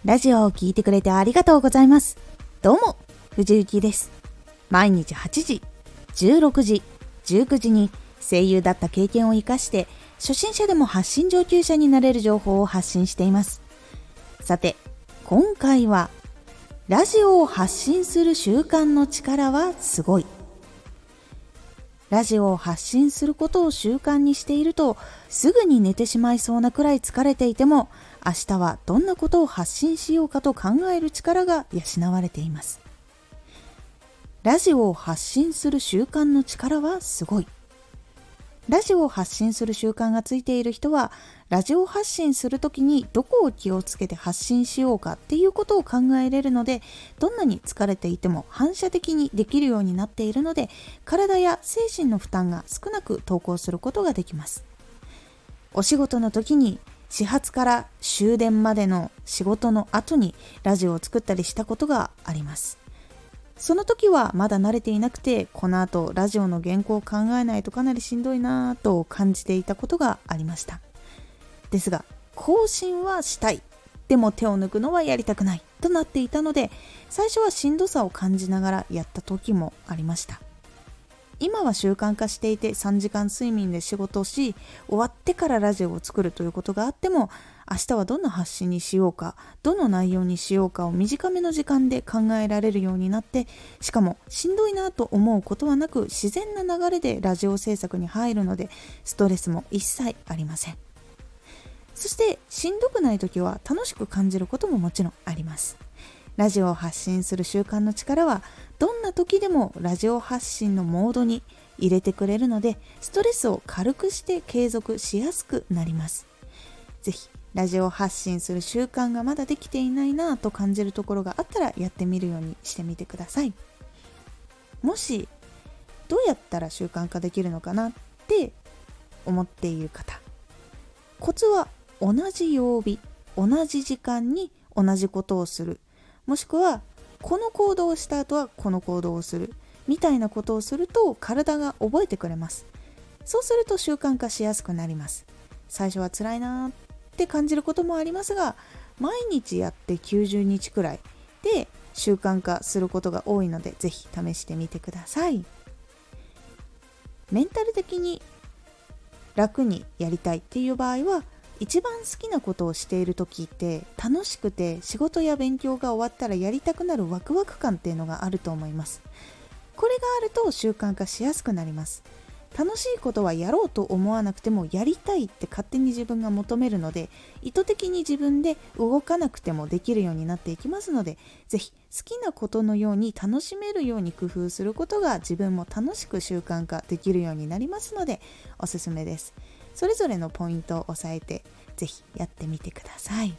ラジオを聞いてくれてありがとうございます。どうも、藤幸です。毎日8時、16時、19時に声優だった経験を生かして初心者でも発信上級者になれる情報を発信しています。さて、今回はラジオを発信する習慣の力はすごい。ラジオを発信することを習慣にしているとすぐに寝てしまいそうなくらい疲れていても、明日はどんなことを発信しようかと考える力が養われています。ラジオを発信する習慣の力はすごい。ラジオを発信する習慣がついている人は、ラジオ発信するときにどこを気をつけて発信しようかっていうことを考えれるので、どんなに疲れていても反射的にできるようになっているので、体や精神の負担が少なく投稿することができます。お仕事の時に始発から終電までの仕事の後にラジオを作ったりしたことがあります。その時はまだ慣れていなくて、この後ラジオの原稿を考えないとかなりしんどいなぁと感じていたことがありました。ですが、更新はしたい。でも手を抜くのはやりたくないとなっていたので、最初はしんどさを感じながらやった時もありました。今は習慣化していて3時間睡眠で仕事をし、終わってからラジオを作るということがあっても、明日はどんな発信にしようか、どの内容にしようかを短めの時間で考えられるようになって、しかもしんどいなと思うことはなく、自然な流れでラジオ制作に入るので、ストレスも一切ありません。そしてしんどくない時は楽しく感じることももちろんあります。ラジオを発信する習慣の力は、どんな時でもラジオ発信のモードに入れてくれるので、ストレスを軽くして継続しやすくなります。ぜひラジオ発信する習慣がまだできていないなと感じるところがあったら、やってみるようにしてみてください。もしどうやったら習慣化できるのかなって思っている方、コツは同じ曜日、同じ時間に同じことをする、もしくはこの行動をした後はこの行動をするみたいなことをすると、体が覚えてくれます。そうすると習慣化しやすくなります。最初は辛いなって感じることもありますが、毎日やって90日くらいで習慣化することが多いので、ぜひ試してみてください。メンタル的に楽にやりたいっていう場合は、一番好きなことをしている時って楽しくて、仕事や勉強が終わったらやりたくなるワクワク感っていうのがあると思います。これがあると習慣化しやすくなります。楽しいことはやろうと思わなくても、やりたいって勝手に自分が求めるので、意図的に自分で動かなくてもできるようになっていきますので、ぜひ好きなことのように楽しめるように工夫することが、自分も楽しく習慣化できるようになりますので、おすすめです。それぞれのポイントを押さえて、ぜひやってみてください。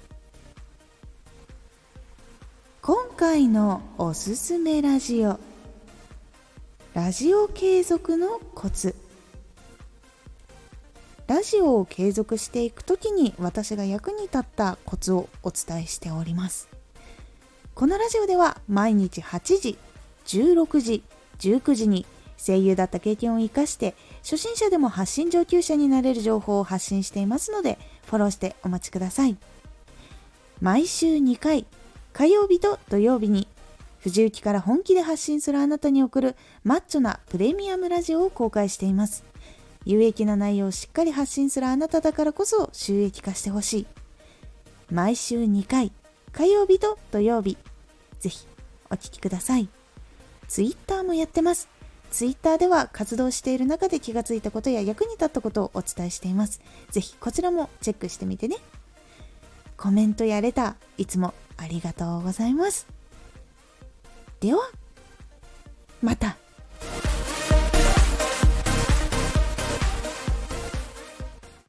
今回のおすすめラジオ、ラジオ継続のコツ。ラジオを継続していくときに私が役に立ったコツをお伝えしております。このラジオでは毎日8時、16時、19時に声優だった経験を生かして初心者でも発信上級者になれる情報を発信していますので、フォローしてお待ちください。毎週2回、火曜日と土曜日に藤雪から本気で発信するあなたに送るマッチョなプレミアムラジオを公開しています。有益な内容をしっかり発信するあなただからこそ収益化してほしい。毎週2回、火曜日と土曜日、ぜひお聞きください。ツイッターもやってます。ツイッターでは活動している中で気がついたことや役に立ったことをお伝えしています。ぜひこちらもチェックしてみてね。コメントやレター、いつもありがとうございます。では、また。